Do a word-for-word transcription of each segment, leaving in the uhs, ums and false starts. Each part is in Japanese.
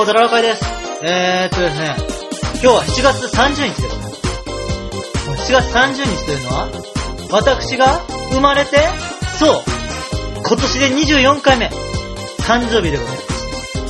ドラロカイです。えーっとですね、今日はしちがつさんじゅうにちでございます。しちがつさんじゅうにちというのは、私が生まれて、そう、今年でにじゅうよんかいめ、誕生日でございます。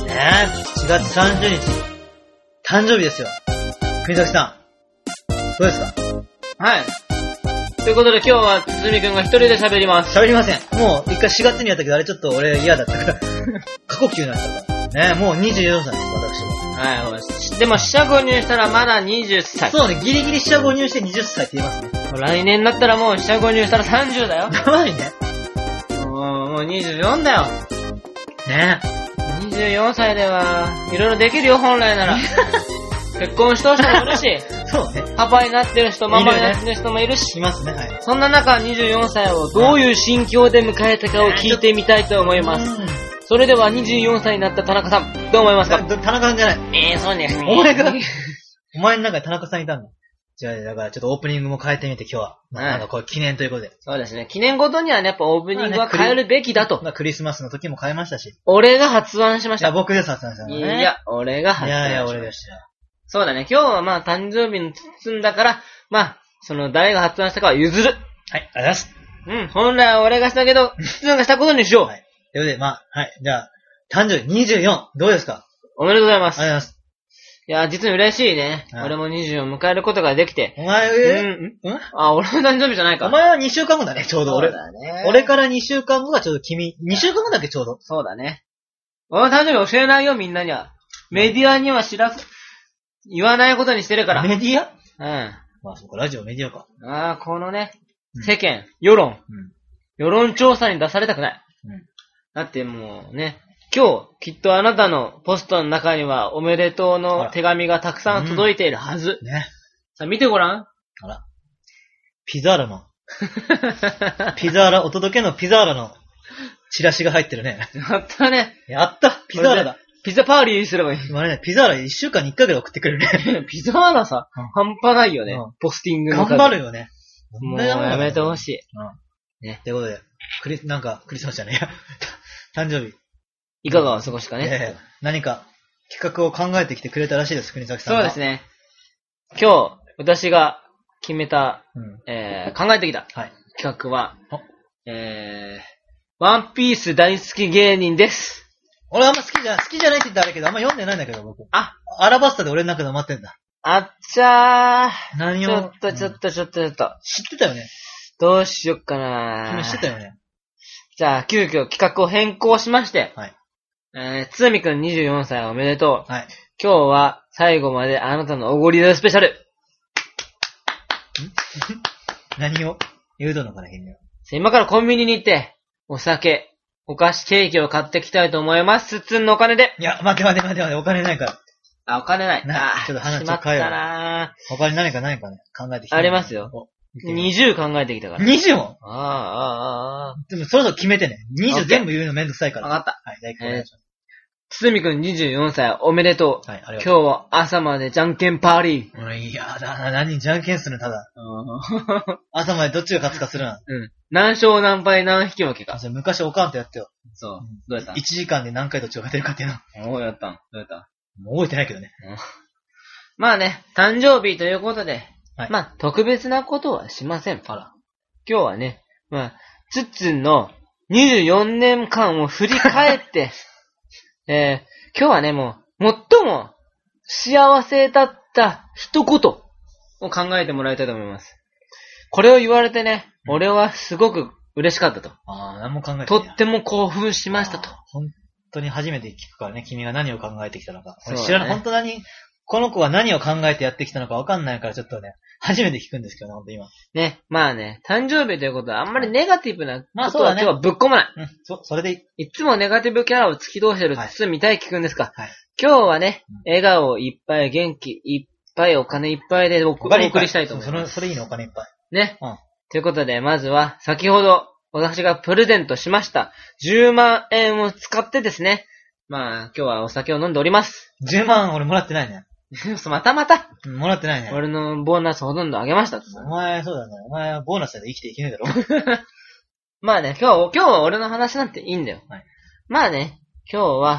ねえ、しちがつさんじゅうにち、誕生日ですよ。国崎さん、どうですか？ はい。ということで今日はつつみくんが一人で喋ります。 喋りません。もう一回しがつにやったけど、あれちょっと俺嫌だったから、過呼吸になったから。ねえ、もうにじゅうよんさいです、私も。 はい。でも四捨五入したらまだはたち。 そうね、ギリギリ四捨五入してはたちって言いますね。 来年だったらもう四捨五入したらさんじゅうだよ。 やばいね。 もう、もうにじゅうよんだよ。 ねえ。にじゅうよんさいでは、いろいろできるよ、本来なら。結婚した人もいるし、 そうね。 パパになってる人、ママになってる人もいるし。 いますね、はい。 そんな中、にじゅうよんさいをどういう心境で迎えたかを聞いてみたいと思います。それではにじゅうよんさいになった田中さん、どう思いますか？ 田中さんじゃない。 えー、そうですね。 お前が、お前の中で田中さんいたんだ。じゃあ、だからちょっとオープニングも変えてみて今日は。まあ、なんかこれ記念ということで。 そうですね。記念ごとにはね、やっぱオープニングは変えるべきだと。 まあ、クリスマスの時も変えましたし。 俺が発案しました。 いや、僕です発案したのね。 いや、俺が発案しました。 いやいや、俺でした。 そうだね。今日はまあ誕生日に包んだから、まあ、その誰が発案したかは譲る。 はい、ありがとうございます。 うん、本来は俺がしたけど、つんがしたことにしよう。はい。 ということで、まあ、はい。じゃあ、誕生日にじゅうよん、どうですか？ おめでとうございます。 ありがとうございます。 いや、実に嬉しいね。はい、俺もにじゅうよん迎えることができて。 お前、えー、んうんあ、俺の誕生日じゃないか。 お前はにしゅうかんごだね、ちょうど俺。 そうだね。 俺からにしゅうかんごがちょうど君、にしゅうかんごだっけ、ちょうど。 そうだね。俺の誕生日教えないよ、みんなには。メディアには知らず、言わないことにしてるから。 メディア？ うん。 まあ、そうか、ラジオメディアか。 ああ、このね、うん、世間、世論、うん、世論調査に出されたくない。うん、だってもうね、今日、きっとあなたのポストの中にはおめでとうの手紙がたくさん届いているはず。うん、ね。さあ、見てごらん。 あら。ピザーラの。ピザーラ、お届けのピザーラのチラシが入ってるね。 やったね。 やったピザーラだ。 ピザパーリーすればいい。 今ね、ピザーラいっしゅうかんにいっかいぐらい送ってくれるね。 ピザーラさ、うん、半端ないよね、うん。ポスティングの数。頑張るよね。 もうやめてほしい。 うん。ね。ということで、クリス、なんか、クリスマスじゃねえや。誕生日。 いかがお過ごしかね。 えー、何か企画を考えてきてくれたらしいです、国崎さん。 そうですね。今日、私が決めた、うん、えー、考えてきた企画は、はい、えー、ワンピース大好き芸人です。 俺あんま好きじゃ、好きじゃないって言ったらあれけど、あんま読んでないんだけど、僕。 あ、 アラバスタで俺の中で待ってんだ。 あっちゃー。 何をちょっとちょっとちょっとちょっと。 知ってたよね。 どうしよっかなー。 君知ってたよね。 じゃあ、急遽企画を変更しまして。 はい。 えー、つみくんにじゅうよんさいおめでとう。 はい。 今日は最後まであなたのおごりだよスペシャル。 ん何を言うとんのかな、君は。 今からコンビニに行って、お酒、お菓子、ケーキを買ってきたいと思います。つっつんのお金で。 いや、待て待て待て待て、お金ないから。 あ、お金ない。 なあ、ちょっと話しまったなー。他に何かないかね、考えてきて。 ありますよ。にじゅう考えてきたから。 にじゅうもああ、ああ、ああ。 でもそろそろ決めてね。にじゅう全部言うのめんどくさいから。 わかった。 はい、大体。 つつみくんにじゅうよんさいおめでとう。はい、ありがとう。今日は朝までじゃんけんパーリー。 うん、いやだな、何じゃんけんするのただ。朝までどっちが勝つかするな。 うん。何勝何敗何引き分けか。 それ昔おかんとやってよ。 そう。どうやったん ?いち時間で何回どっちが勝てるかっていうの。どうやったんどうやったんもう覚えてないけどね。 まあね、誕生日ということで、 はい、 まあ特別なことはしません。あら。今日はね、まあ、つっつんのにじゅうよねんかんを振り返って、えー、今日はね、もう、最も幸せだった一言を考えてもらいたいと思います。これを言われてね、うん、俺はすごく嬉しかったと。 ああ、何も考えてない。 とっても興奮しましたと。 本当に初めて聞くからね、君が何を考えてきたのか。俺知らない、ね、本当に、この子は何を考えてやってきたのか分かんないからちょっとね、初めて聞くんですけどね、ほんと今。 ね、まあね、誕生日ということはあんまりネガティブなことは今日はぶっ込まない。 うん、そ、それでいい。 いつもネガティブキャラを突き通してるつつみたいきくんですか。はい。今日はね、笑顔いっぱい、元気いっぱい、お金いっぱいでお送りしたいと思います。 それ、それいいの、お金いっぱい。 ね。うん。ということで、まずは、先ほど私がプレゼントしましたじゅうまんえんを使ってですね、まあ、今日はお酒を飲んでおります。 じゅうまん俺もらってないね。 またまた。 もらってないね。 俺のボーナスほとんどあげました。 お前、そうだね。お前はボーナスで生きていけねえだろ。 まあね、今日、今日は俺の話なんていいんだよ。はい、まあね、今日は、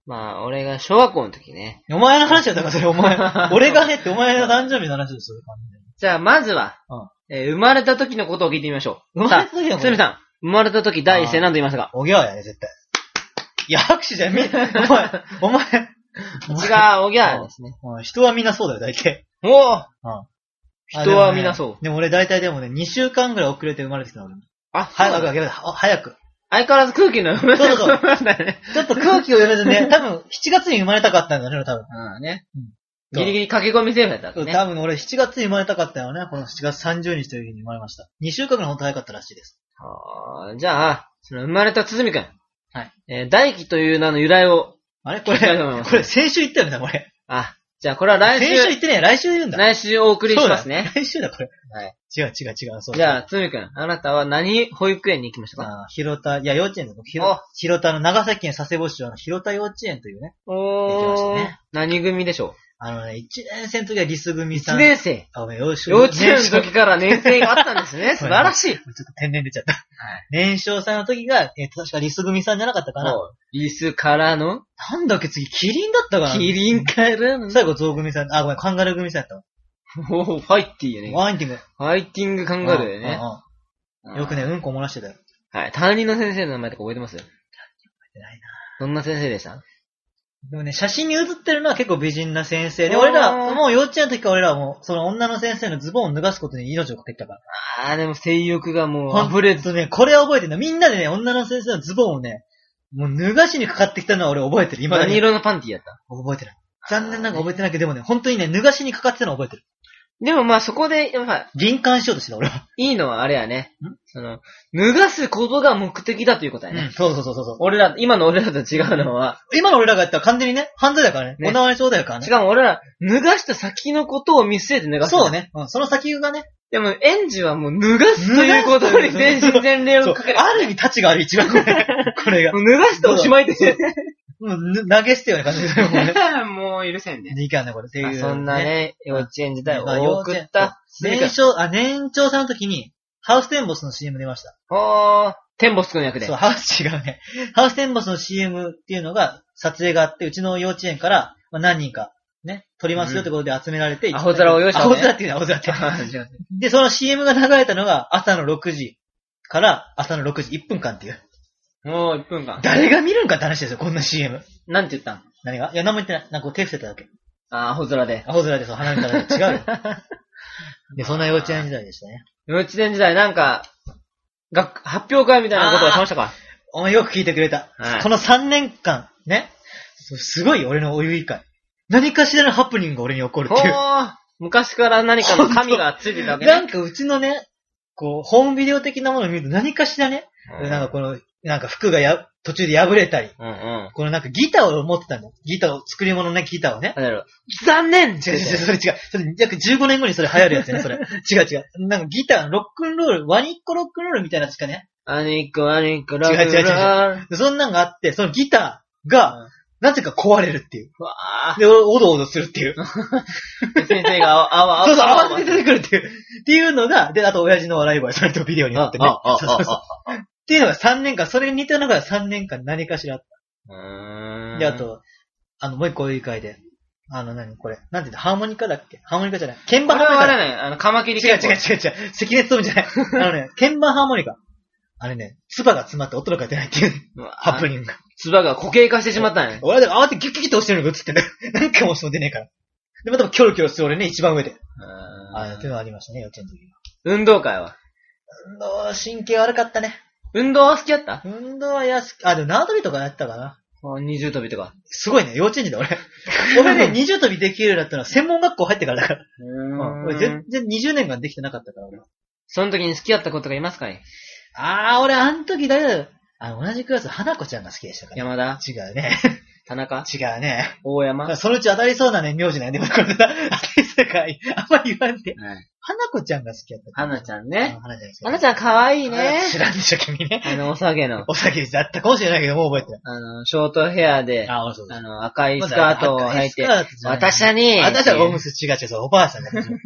まあ、俺が小学校の時ね。 お前の話だったから、それお前。俺がねってお前の誕生日の話ですよ。 じゃあ、まずは、 うんえー生まれた時のことを聞いてみましょう。 生まれた時のことさあつみさん、生まれた時第一声何と言いますか？ おぎゃーやね、絶対。いや、拍手じゃん。み、お前、お前。 違う、おぎゃーですね。 うん人はみんなそうだよ、大体。 おおうん人はみんなそう。 でも俺大体でもね、にしゅうかんぐらい遅れて生まれてきたの。俺あ、 早く、 そうだ早く、早く。 相変わらず空気の読めそうそうそうだね。 ちょっと空気を読めずね、多分しちがつに生まれたかったんだね、多分。 うんね。 うんギリギリ駆け込みセーフだったそうね。 多分俺しちがつに生まれたかったよね。このしちがつさんじゅうにちという日に生まれました。にしゅうかんぐらいほんと早かったらしいです。 あーじゃあ、その生まれたつづみくん。 はい。 えー大輝という名の由来を。 あれこれ、 聞きたいと思いますこれ先週言ったよね、これ。 あ、じゃあこれは来週、 先週言ってね、来週言うんだ。 来週お送りしますね。 そうだ来週だ、これ。 はい。 違う違う違う。そうじゃあ、つづみくん、あなたは何保育園に行きましたか？ あー広田、いや、幼稚園だよ。ひおろ広田の長崎県佐世保市の広田幼稚園というね。行きましたおー、 ね何組でしょあのね、いちねん生の時はリス組う？ さん。 いちねん生。 あ、ごめん、幼稚幼稚園の年少時から年生があったんですね。素晴らしい。 ちょっと天然出ちゃった。年少さんの時が、えー確かリス組さんじゃなかったかな。 リスからのなんだっけ、次、キリンだったかな。 キリンからの最後、ゾウ組さん、あ、ごめん、カンガルー組さんやったわ。 おーファイティーよね。 ワインティング。 ファイティングカンガルーよね。 うんうんうんよくね、うんこ漏らしてたよ。 はい。担任の先生の名前とか覚えてます？ 覚えてないな。 どんな先生でした？ でもね、写真に写ってるのは結構美人な先生で、 おー俺ら、もう幼稚園の時から俺らはもう、その女の先生のズボンを脱がすことに命をかけてたから。 あー、でも性欲がもうほん溢れず。 とね、これは覚えてるの。みんなでね、女の先生のズボンをね、もう脱がしにかかってきたのは俺覚えてる。今だに。 何色のパンティーやった？ 覚えてない。残念ながら覚えてないけど、でもね、本当にね、脱がしにかかってたのは覚えてる。 でもまあそこで、やっぱ、 輪姦しようとしてた、俺は。 いいのはあれやねん。 その、脱がすことが目的だということやね。 うん、そうそうそうそうそう。 俺ら、今の俺らと違うのは、 今の俺らがやったら完全にね、犯罪だからね。 ねお縄にそうだよからね。 しかも俺ら、脱がした先のことを見据えて脱がす。 そう。ね。うん、その先がね。 でも、園児はもう脱がすということに全身全霊そうをかける。 ある意味、立ちがある一番これ。これが。 もう脱がしておしまいですよ。 もうぬ投げ捨てような感じで。もうね。 もう許せんね。 いかんね、これ。っていう、 まあそんな。ね、幼稚園時代をまあ幼送稚園った。 年少、あ、年長さんの時に、ハウステンボスの シーエム 出ました。 おー、テンボス君の役で。 そう、ハウス違うね。ハウステンボスの シーエム っていうのが、撮影があって、うちの幼稚園から、まあ、何人か、ね、撮りますよってことで集められて、 アホ面を用意したアねホ面っていうのはアホ面って。 あ違うで、その シーエム が流れたのが朝のろくじから朝のろくじ、いっぷんかんっていう。 もういっぷんかん。 誰が見るんかって話ですよ、こんな シーエム。 なんて言ったん？ 何がいや、何も言ってない。なんかこう手伏せただけ。 あー、アホ面で。 アホ面でそう離れただけ。違うよ。で、そんな幼稚園時代でしたね。 幼稚園時代なんか、学、発表会みたいなことをしましたか？ お前よく聞いてくれた。 はいこのさんねんかん、ね。そうすごいよ俺のお湯以会。何かしらのハプニングが俺に起こるっていう。 ほー、昔から何かの神がついてたわけね。 なんかうちのね、こう、ホームビデオ的なものを見ると何かしらね、 うんなんかこの、なんか服がや、途中で破れたり、 うんうん。 このなんかギターを持ってたんだ。ギターを、作り物のね、ギターをね。 なんだろう。残念違う違う、それ違う。それ約じゅうごねんごにそれ流行るやつね、それ。違う違う。なんかギター、ロックンロール、ワニッコロックンロールみたいなやつかね。 アニック、アニック、ラブ違う違う違うラでそんなんがあって、そのギターが、なぜか壊れるっていう。 うわで、おどおどするっていう。 ー。先生が、あわ、あわ、 そうそう、 あわ慌てて出てくるっていう。っていうのが、で、あと親父の笑い声、それとビデオになってね。 あああそうそうそう。っていうのがさんねんかん、それに似たのがさんねんかん何かしらあっうーた。 ん。 で、あと、あの、もう一個お湯会で。あの、何これ。なんて言うのハーモニカだっけハーモニカじゃない。鍵これ盤ハーモニカだ。 はあれね、あの、カマキリ違う違う違う違う。関根勤じゃない。あのね、鍵盤ハーモニカ。あれね、唾が詰まって音が出ないっていうハプニング。 ツバが固形化してしまったんや。 俺はでも慌ててギュッギュッと押してるのが映ってんだよ。なんかもうそう出ねえから。で、またキョロキョロする俺ね、一番上で。ああ、っていうのがありましたね、幼稚園の時は。 運動会は運動神経悪かったね。 運動は好きやった運動は安く、あ、でも縄跳びとかやったかな。 あ二重跳びとか。 すごいね、幼稚園児だ俺。俺ね、二重跳びできるようになったのは専門学校入ってからだから。うん俺全然にじゅうねんかんできてなかったから俺。 その時に好きやった子とかいますかい？ あー、俺あの時だよ。あの、同じクラス、花子ちゃんが好きでしたから。 山田違うね。 田中違うね。 大山そのうち当たりそうなね、名字なんで、これさ、当たりそうかい。あんまり言わんで。 はい。 花子ちゃんが好きやった。 花ちゃんうんね。 花ちゃん好き。 花ちゃん可愛いね。 知らんでしょ、君ね。 あの、お下げの。 お酒だったかもしれないけど、もう覚えてない。 あの、ショートヘアで、 あ、そうそうあの、赤いスカートを履いて、 赤いスカートじゃない私に、 私はゴムス違う違う、そうおばあさんが。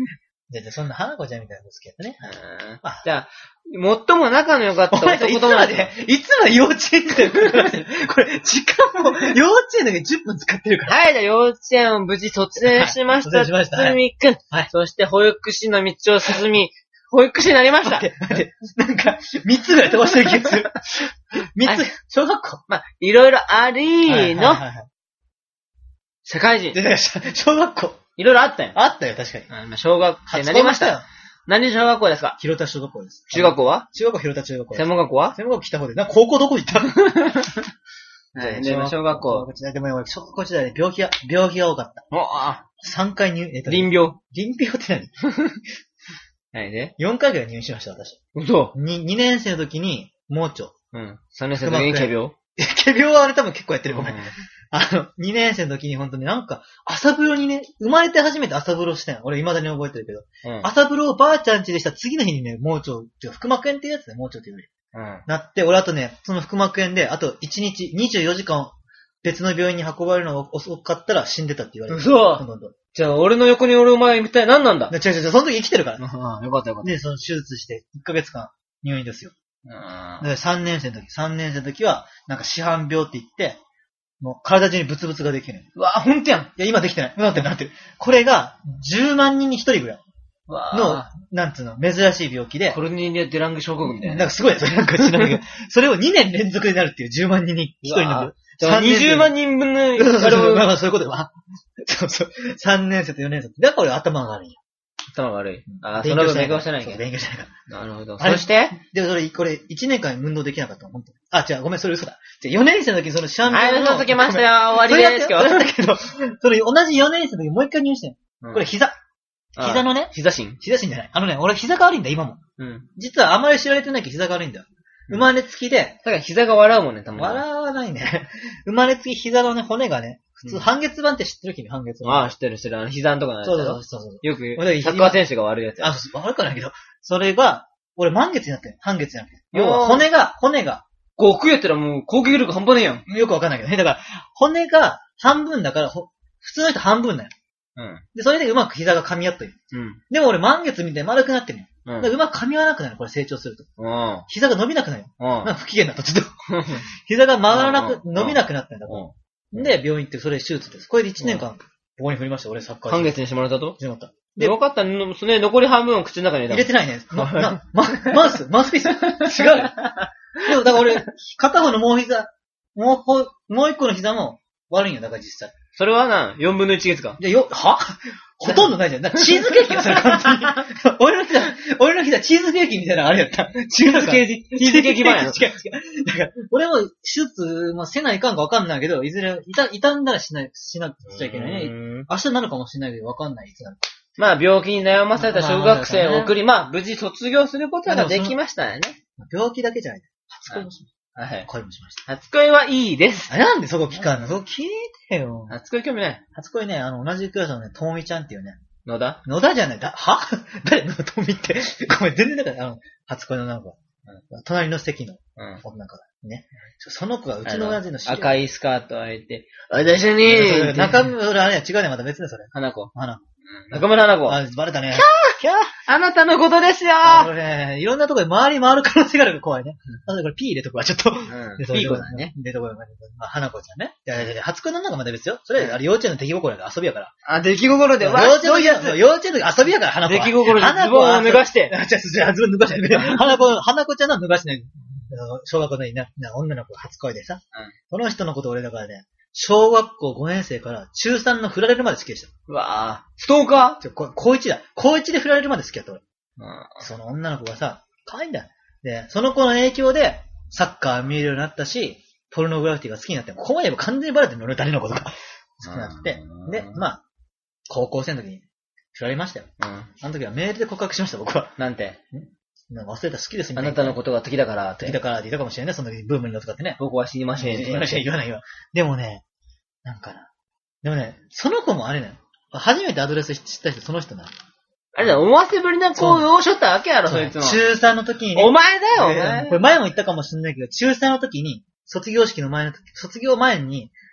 じゃあ、そんな花子ちゃんみたいなの好きやったね。 うんじゃあ、最も仲の良かったお前さ、いつ男友達。 まで、いつまで幼稚園みたいなことしてるこれ、時間も、幼稚園だけじゅっぷん使ってるから。 はい、じゃあ幼稚園を無事卒園しました。 はい卒園しましたつつみくん。 はいそして保育士の道を進み、保育士になりました待っ。て、待って、なんか、三つぐらい飛ばしてる気がする。三はいつ、小学校まあ、いろいろありーの、 はいはいはいはい社会人。 で、だから小学校。 いろいろあったよ。 あったよ、確かに。 うんまあ小学生になりました。 よ。 何小学校ですか？ 広田小学校です。 中学校は？ 中学校広田中学校です。 専門学校は？ 専門学校来た方で、なんか高校どこ行ったはい、でも小学校。 でも俺、小学校時代で病気が、病気が多かった。 おあ、 さんかい入、えっと、 臨病。 臨病って何はいで。 よんかいぐらい入院しました、私。 嘘。 に、にねん生の時に、盲腸。 うん。さんねん生の時に仮病。 仮病はあれ多分結構やってる、ごめん。 うんあの、にねん生の時に本当になんか、朝風呂にね、生まれて初めて朝風呂したんよ。俺未だに覚えてるけど。 うん。 朝風呂をばあちゃん家でした次の日にね、盲腸、てか腹膜炎っていうやつね、盲腸っていうより。 うん。 なって、俺あとね、その腹膜炎で、あといちにち、にじゅうよじかん別の病院に運ばれるのが遅かったら死んでたって言われて。 嘘どんどんどんじゃあ、俺の横におるお前みたい何なんだで違う違う、その時生きてるから。 うん、よかったよかっで、その手術していっかげつかん入院ですよ。 た。 で、さんねん生の時、さんねん生の時は、なんか市販病って言って、もう体中にブツブツができる。 うわ、ほんとやん。 いや、今できてない。なってるなってる。これが、じゅうまんにんにひとりぐらいうわの、なんつうの、珍しい病気でコ、ルネリア・デラング症候群みたいな。 なんかすごいやつ、なんか知らないけど、それをにねん連続になるっていうじゅうまんにんにひとりの病気。 にじゅうまん人分の、 そうそうそう、 あれをまあまあそういうことは。そうそう。さんねん生とよねん生。だから俺頭が悪いんや。 頭悪い。ああ、その分勉強してないそうけ勉強してないから。 ど。なるほど。 あれそしてでもそれ、これ、いちねんかん運動できなかったの、本当に。あ、違う、ごめん、それ嘘だ。じゃよねん生の時にそのシャンピはい、 オンの。 嘘つきましたよ。終わそれやってりです、今日。 それやったけど、それ同じよねん生の時にもう一回入院してん。これ膝。 あ膝のね、 膝芯膝しんじゃない。あのね、俺膝が悪いんだ、今も。 うん。 実はあまり知られてないけど膝が悪いんだよ。生まれつきで、 だから膝が笑うもんね、たまに。 笑わないね。生まれつき膝のね、骨がね、普通、 うん半月板って知ってる君、半月板。 ああ、知ってる知ってる。あの、膝のとこのやつそうだろそうそうそう。 よく俺、 サッカー選手が悪いやつや。 あ、そう悪くないけど、それが、俺満月になってる。半月じゃなくて。要はあー骨が、骨が、 悟空やったらもう攻撃力半端ねえやん。 よくわかんないけどね。だから、骨が半分だから、ほ普通の人半分だよ。 うん。 で、それでうまく膝が噛み合ってる。 うん。 でも俺満月みたいに丸くなってるのよ。 うん。 だからうまく噛み合わなくなる、これ成長すると。 うん。 膝が伸びなくなるよ。 うん。 なんか不機嫌だと、ちょっと。膝が曲がらなく、 うん伸びなくなってんだから。 うん。 で、病院ってそれ手術です。これでいちねんかん、棒に振りました、俺サッカー半月にしてもらったと始まった。 で、 で、 分かった。のそれ残り半分を口の中に入れた。 入れてないね。な、な、ま、マウス、マウスピース。違うよ。でも、だから俺、片方のもう膝、もうほ、もう一個の膝も悪いんよ、だから実際。 それはな、四分の一月か。 で、よ、はほとんどないじゃん。なチーズケーキよ、それ完全に。俺の膝、俺の膝、チーズケーキみたいなのあれやった。違うチーズケーキ、チーズケーキ版やろ。 違う違う。だから、俺も手術、まあ、せないかんかわかんないけど、いずれ、いた、傷んだらしない、しなくちゃいけないね。 ね。 明日なるかもしれないけど、わかんない、いつなるか。 まあ、病気に悩まされた小学生を送り、 ままあ、無事卒業することができましたよね。 病気だけじゃない。初恋もしました。 はい。 恋もしました。 初恋はいいです。 あ、なんでそこ聞かんのそこ聞いてよ。 初恋興味ない。 初恋ね、あの、同じクラスのね、ともみちゃんっていうね、 野田野田じゃない、だ、は誰のともみって。ごめん、全然だから、あの、初恋の女の子。隣の席のうん。 女の子だ。ね。その子がうちの親父の知り合い赤いスカートを履いて、私にそうそう中村、あれや、違うね、また別ね、それ。 花子。 花。 中村花子。 あ、バレたね。 キャーあなたのことですよあこれね、いろんなとこで回り回る可能性があるから怖いね。あとこれ P 入れとくわ、ちょっと。 うん。 でピーコだね。。 でとこまあ、花子ちゃんね。いやいやいや、初恋の女がまだ別よ。それ、あれ幼稚園の出来心やから遊びやから。 あ、出来心で、 幼わ稚園の時そういうやつ。 幼稚園の時遊びやから、花子は。 出来心でズボンを脱がして。 あ、じゃあ、じゃあ、ズボン脱がしてね。花子、花子ちゃんのは脱がしてない。小学校のな、な女の子初恋でさ。その人のこと俺だからね、小学校ごねん生から中さんの振られるまで好きでした。 うわぁ。ストーカちょ、こ高いちだ。高いちで振られるまで好きやった俺。 ーうん。 その女の子がさ、可愛いんだよ。で、その子の影響で、サッカー見えるようになったし、ポルノグラフィティが好きになって、こう言えば完全にバレてるの、俺誰のことか。好きになってうん。 で、まあ、高校生の時に振られましたよ。 うん。 あの時はメールで告白しました、僕は。 なんて。 なんか忘れた好きですみたいな。 あなたのことが敵だからって。 好きだからって言ったかもしれないね、その時ブームに乗っかってね。 僕は知りません。 言わない、言わない、言わない。でもね、なんかな。でもね、その子もあれね、初めてアドレス知った人、その人なの。 あれだ、思わせぶりな行動をしょったわけやろ、そいつも。 中さんの時にね。 お前だよ、おえー前こ。れ前も言ったかもしれないけど、中さんの時に、卒業式の前の時、卒業前に、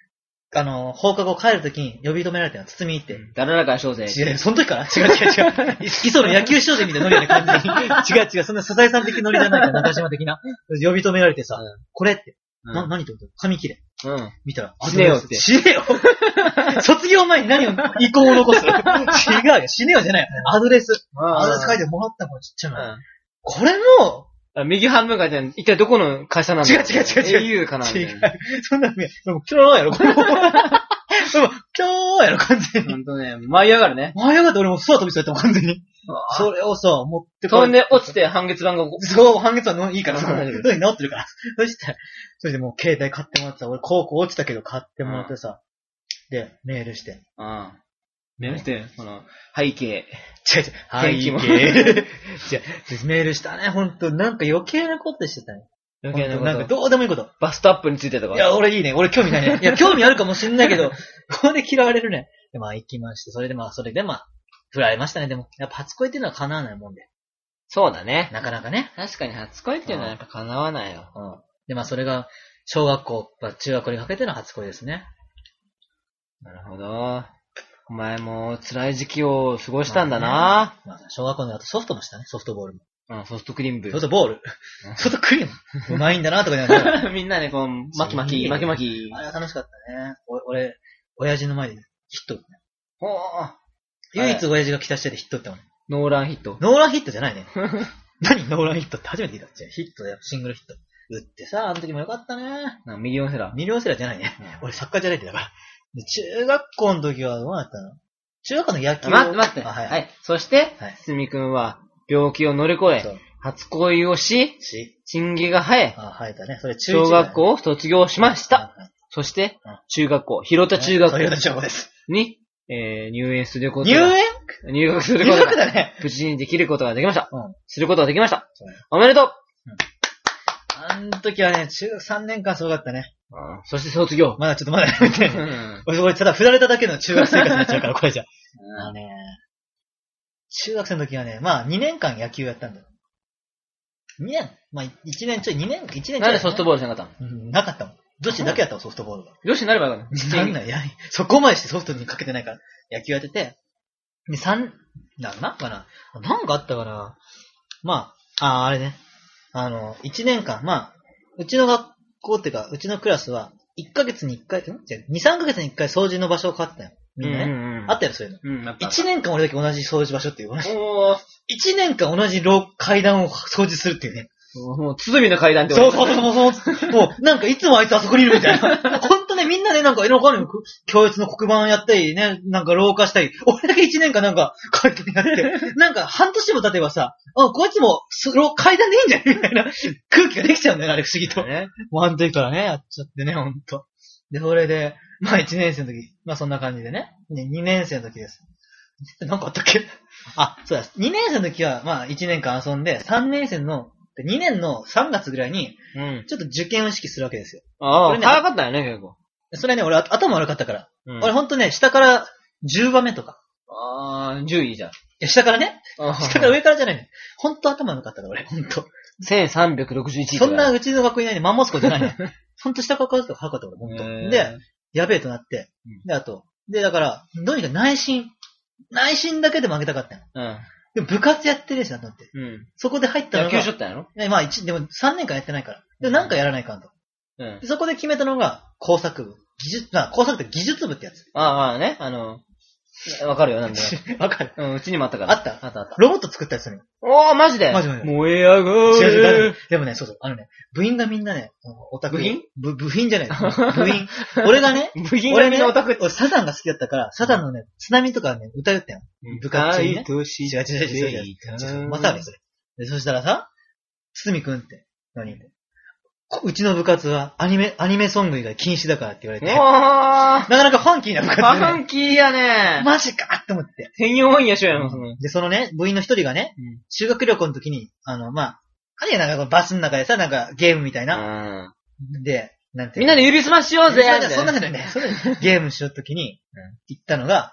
あの、放課後帰るときに呼び止められたの、包み入って。 誰らかしようぜ。 違う、その時から違う違う違う。磯の野球少年みたいなノリだね、完全に。違う違う、そんなサザエさん的ノリじゃないから、中島的な。呼び止められてさ、 うん、 これって。 うん、 な、何と思った紙切れ。 うん。 見たら、 死ねよって。 死ねよ卒業前に何を、遺構を残す違うよ、死ねよじゃないよ。アドレス。アドレス書いてもらったもん、ちっちゃいの。うん、これも、 右半分がじゃ一体どこの会社なんだ違う違う違う違う。 エーユー かな違う。そんな、でも、キョーやろ、これも。でも、キョーやろ、完全に。 ほんとね、舞い上がるね。 舞い上がって俺も空飛びそうやったもん、完全に。それをさ、持ってこい。飛んで落ちて半月板が、 そう、半月板いいから、そういうふうに治ってるから。そしたら、それでもう携帯買ってもらってさ、俺高校落ちたけど買ってもらってさ、で、メールして。 うん。メールして、この、背景。 違う違う、背景。違う、メールしたね、ほんと。なんか余計なことしてたね。 余計なこと。 なんかどうでもいいこと。 バストアップについてとか。 いや、俺いいね。俺興味ないね。いや、興味あるかもしんないけど、ここで嫌われるね。で、まあ行きまして、それでまあ、それでまあ、振られましたね。でも、やっぱ初恋っていうのは叶わないもんで。 そうだね。 なかなかね。 確かに初恋っていうのはやっぱ叶わないよ。 うん。で、まあそれが、小学校、中学校にかけての初恋ですね。 なるほど。お前も辛い時期を過ごしたんだな、 まあね、まあ、小学校の後ソフトもしたね、ソフトボールも。 うん、ソフトクリーム部。 ソフトボール。ソフトクリーム。うまいんだなとかじゃないみんなでこう、巻き巻き、巻き巻き。 あれは楽しかったね。お俺、親父の前でヒット打ったね。 ほー。 唯一親父が来た試合でヒット打ったもんね。 ノーランヒット。 ノーランヒットじゃないね。何ノーランヒットって初めて聞いたっちゃヒットだよ、シングルヒット。打ってさ、あの時もよかったね。 ミリオンセラー。 ミリオンセラーじゃないね。うん、俺サッカーじゃないってだから。で中学校の時はどうなったの？中学校の野球を。 待って待って。 あ、はい、 はい。そして、はい、すみくんは病気を乗り越え、初恋をし、し、チンゲが生え、 あ、生えたね。それ中学、ね、 小学校を卒業しました。はいはい、そして、うん、中学校、広田中学校。 広田中学校です。 に、えー、入園することが。入園入学することが。 入学だね。 無事にできることができました。 うん。 することができました。おめでとう、うん、 あの時はね、中学さんねんかんすごかったね。 うん、そして卒業。 まだちょっとまだやめて。うん、俺、俺、ただ振られただけの中学生活になっちゃうから、これじゃ。うん、あのね、中学生の時はね、まあにねんかん野球やったんだよ。にねんまあいちねんちょい、にねん、いちねんちょい、ね。 なんでソフトボールしなかったの？ うん、なかったもん。女子だけやったもん、ソフトボールが。 女子になればよかった。 なんない、や、そこまでしてソフトにかけてないから、野球やってて、で、三、なんかなかななんかあったかなまあ、あ、あれね。あの、いちねんかん、まあ、うちの学校っていうか、うちのクラスは、いっかげつにいっかい、んじゃに、さんかげつにいっかい掃除の場所を変わったよ。みんなね。うんうんうん、あったよ、そういうの。うん、いちねんかん俺だけ同じ掃除場所っていう。おいちねんかん同じ階段を掃除するっていうね。 もう、鼓の階段ってそうそうそうそう。もう、なんかいつもあいつあそこにいるみたいな。ほんとね、みんなね、なんか、いろいろ教室の黒板やったりね、なんか廊下したり、俺だけ一年間なんか階段やって、なんか半年も経てばさ、あ、こいつも階段でいいんじゃないみたいな空気ができちゃうんだよね、あれ不思議と。ね、もうあの時からね、やっちゃってね、ほんと。で、それで、まあいちねん生の時、まあそんな感じでね、にねん生の時です。なんかあったっけあ、そうだ、にねん生の時は、まあいちねんかん遊んで、さんねん生の、にねんのさんがつぐらいに、うん、ちょっと受験を意識するわけですよ。 ああ、ね、早かったよね、結構。 それね、俺頭悪かったから。うん、俺ほんとね、下からじゅうばんめとか。 ああ、じゅういじゃん。いや、下からね。下から上からじゃないね。ほんと頭悪かったから、俺、ほんと。 せんさんびゃくろくじゅういちそんなうちの学校いないね、マンモスコじゃないね。ほんと下から早かった、俺、ほんと。で、やべえとなって。で、あと、で、だから、どうにか内心、内心だけでも上げたかったよ。うん。でも部活やってるしなと思って。うん。そこで入ったのが。 野球しとったんやろ？ いや、まあ一、でもさんねんかんやってないから。でもなんかやらないかんと。うん。でそこで決めたのが工作部。技術、まあ工作って技術部ってやつ。 ああ、まあね。あの、わかるよ、なんだよ。 わかる。 うん、うちにもあったから。 あったあったあった。 ロボット作ったやつね。 おー、マジでマジで。 燃え上がー。 違う違う。でもね、そうそう。あのね、部員がみんなね、オタク。 部員部、部品じゃない。部員。俺がね、 部員がみんなオタクって。 俺サザンが好きだったから、サザンのね、津波とかね、歌うったよ。部活中にね。違う違う違う違う。またね、それ。で、そしたらさ、つつみくんって、何うちの部活はアニメ、アニメソング以外禁止だからって言われて。なかなかファンキーな部活、ね。 ファンキーやね。 マジかって思って。 専用本屋しようやん。 で、そのね、部員の一人がね、うん、修学旅行の時に、あの、まあ、あれやなんかバスの中でさ、なんかゲームみたいな。うん、で、なんて。 みんなで指すましようぜそんなじゃないね。ゲームしようときに、行ったのが、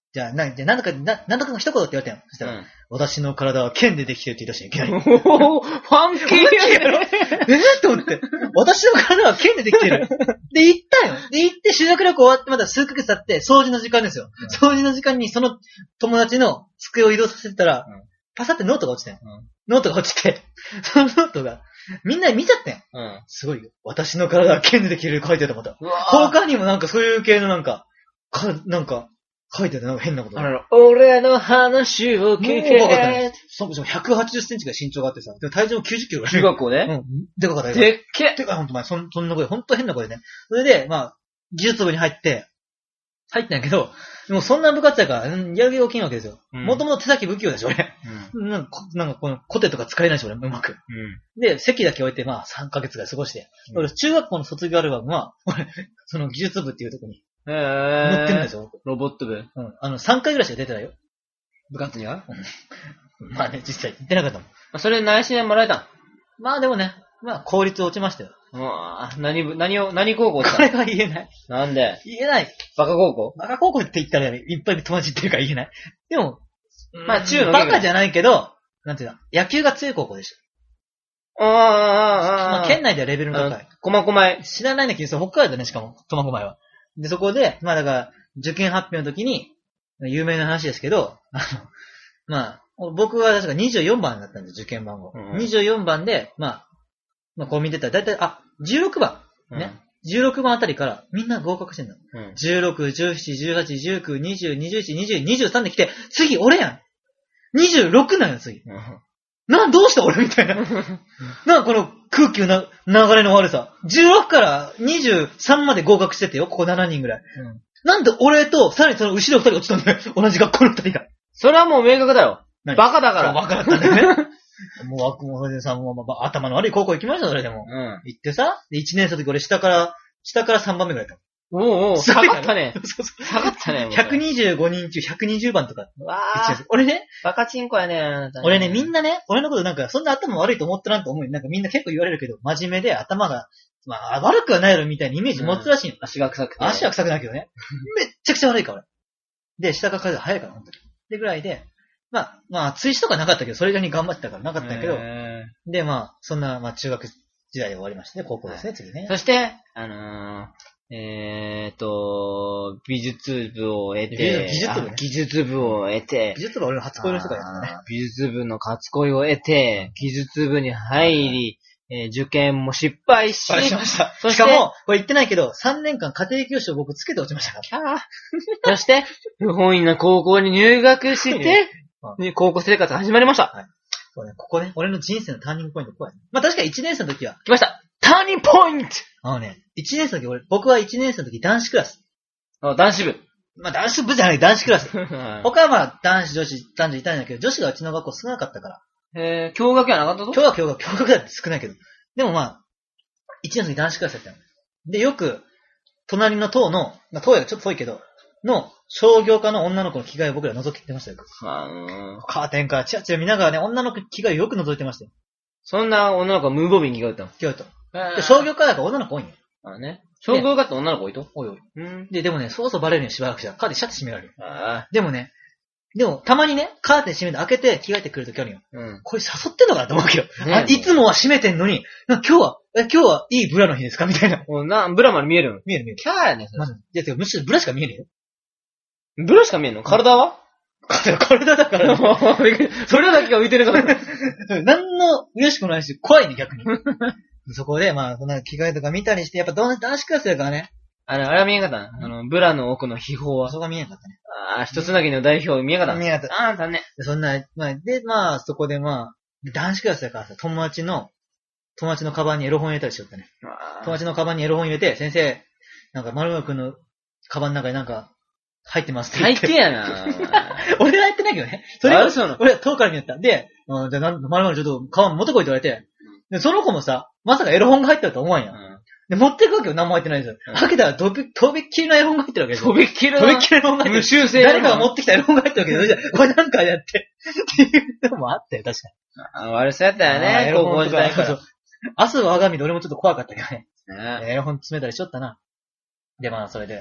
じゃあ、な、じゃあ、なんとか、な、なんとかの一言って言われたよ。そしたら、 うん。 私の体は剣でできてるって言い出して、いきなり。 おー、ファンキーやね。 えー、と思って。私の体は剣でできてる。で、行ったよ。で、行って修学旅行終わってまだ数ヶ月経って掃除の時間ですよ。 うん掃除の時間にその友達の机を移動させたら、 うんパサってノートが落ちてん。 うんノートが落ちて、そのノートが、みんなに見ちゃってん。 うん。 すごいよ。私の体は剣でできる書いてあると思った。 うわー他にもなんかそういう系のなんか、か、なんか、書いてあるなんか変なこと。 あらら、俺の話を聞もう分かったねけ。 そもそもひゃくはちじゅっセンチが身長があってさ、でも体重もきゅうじゅっキロぐらい。 中学校でうん。でかかったよ。 でっけてか、ほんと前、そん、そんな声、ほんと変な声でね。それで、まあ、技術部に入って、入ったんやけど、でもそんな部活やから、うんやる気が起きんわけですよ。 うんもともと手先不器用だし、俺。 うん。 なんか、こなんかこの、コテとか使えないし、俺、うまく。 うん。 で、席だけ置いて、まあ、さんかげつぐらい過ごして。 うん俺、中学校の卒業アルバムは、俺、その技術部っていうとこにへぇー。 載ってるんですよ。 ロボット部。 うん。あの、さんかいぐらいしか出てないよ。 部活にはまあね、実際行ってなかったもん。 それ内心もらえたんまあでもね、まあ、効率落ちましたよ。 うわぁ、何部、何を、何高校っこれてたは言えない。 なんで言えない。 バカ高校バカ高校って言ったら、ね、いっぱい友達言ってるから言えない。でも、 まあ中のバカじゃないけど、なんていうの、野球が強い高校でしあーあー、あーあー。 まあ、県内ではレベルの高い。 駒込い。 知らないんだけど、そう北海道だね、しかも、苫小牧は。で、そこで、まあだから、受験発表の時に、有名な話ですけど、あの、まあ、僕は確かにじゅうよんばんだったんです、受験番号。 うんにじゅうよんばんで、まあ、まあこう見てたら、だいたい、あ、じゅうろくばん。ね。じゅうろくばんあたりから、みんな合格してんだ。 うん。 じゅうろく、じゅうなな、じゅうはち、じゅうきゅう、にじゅう、にじゅういち、にじゅうに、にじゅうさんで来て、次俺やん !にじゅうろく なんよ、次。な、どうした俺みたいな。な、この空気のな流れの悪さ。じゅうろくからにじゅうさんまで合格しててよ、ここななにんぐらい。 うん。 なんで俺と、さらにその後ろふたり落ちたんだよ。同じ学校のふたりが。 それはもう明確だよ。 何バカだから。 バカだったんだよね。もう、もう、それでさ、もう、まあ、頭の悪い高校行きました、それでも。 うん。 行ってさ、で、いちねん生の時俺下から、下からさんばんめぐらいだっおうおう、 た。 下がったね。 そうそう。 下がったね。もうひゃくにじゅうごにん中ひゃくにじゅうばんとか。 うわ一年ー生俺ね、 バカチンコやね。あなたね俺ね、みんなね、俺のことなんか、そんな頭悪いと思ってないと思うよ。なんかみんな結構言われるけど、真面目で頭が、まあ、悪くはないやろみたいなイメージ持つらしいよ。 足が臭くて。 足は臭くないけどね。めっちゃくちゃ悪いから、俺。で、下が風が早いから、本当に。で、ぐらいで、まあ、まあ、追試とかなかったけど、それ以上に頑張ってたからなかったんだけど、 へで、まあ、そんな、まあ、中学時代で終わりましてね、高校ですね、次ねー。そして、あのー、えーと、美術部を得て、 美術部ねあ技術部を得て技、術部は俺の初恋の人がやったね。 あー美術部の初恋を得て、技術部に入り、えー受験も失敗し、 失敗しました。 そしてしかも、これ言ってないけど、さんねんかん家庭教師を僕つけて落ちましたから。 キャーそして、不本意な高校に入学して、 うね高校生活が始まりました。 そうね、ここね、俺の人生のターニングポイント、ここやね。まあ確かにいちねん生の時は、 来ましたターニングポイントあのね、いちねん生の時俺、僕はいちねん生の時男子クラス。 あ男子部。 まあ男子部じゃない、男子クラス。 へ他はまあ男子、女子、男女いたんだけど、女子がうちの学校少なかったから。 え、共学やなかったぞ共学、共学、共学だって少ないけど。でもまあ、いちねん生の時男子クラスやったの。で、よく、隣の塔の、まあ塔やちょっと遠いけど、の商業科の女の子の着替えを僕ら覗きってましたよ。 あのーカーテンからチラチラ見ながらね、女の子着替えをよく覗いてましたよ。 そんな女の子はムーボービン着がったの。 今日と。 えで、商業科だから女の子多いんよ。 あのね。商業科って女の子多いとおいおい。 うん。 で、でもね、そうそうバレるよしばらくじゃ、カーテンシャッと閉められるよ。 あでもね、でも、たまにね、カーテン閉めて開けて着替えてくるときあるよ。 あ。うん。 これ誘ってんのかなと思うけど。 ねあいつもは閉めてんのに、な今日は、え、今日はいいブラの日ですかみたいな。 おな、ブラまで見えるの見える見える。 キャーやねそれまず、いや、てかむしろブラしか見えねえよ。 ブラしか見えんの体は体だから。 それだけが浮いてるから。 何の嬉しくもないし、怖いね、逆に。そこで、まあ、そんな着替えとか見たりして、やっぱどん男子クラスだからね。 あれ、あれは見えんかったな。あの、ブラの奥の秘宝は。 そこが見えなかったね。 ああ、一つなぎの代表見えんかった。 見えなかった。 ああ、だね。 でそんな、まあ、で、まあ、そこでまあ、男子クラスだからさ、友達の、友達のカバンにエロ本入れたりしよったね。 あ友達のカバンにエロ本入れて、先生、なんか、丸村くんのカバンの中になんか、入ってますって言って。 最低やな。 俺はやってないけどね。それはあそうなの、 俺は遠くから見よった。で、うんじゃあ、なん丸々ちょっとカバン持ってこいって言われて、で、その子もさ、まさかエロ本が入ってると思わんや。 うんで、持ってくわけよ、何も入ってないですよ。 うん開けたら、とび、とびっきりのエロ本が入ってるわけですよ。 とびっきりな。 とびっきりのエロ本が入って無る。 修正誰かが持ってきたエロ本が入ってるわけですよ。これなんかやって。っていうのもあったよ、確かに。 あ悪そうやったよあーね、高校時代から。 そうそう明日は我が身で俺もちょっと怖かったけどね。 ねエロ本詰めたりしよったな。で、まあ、それで。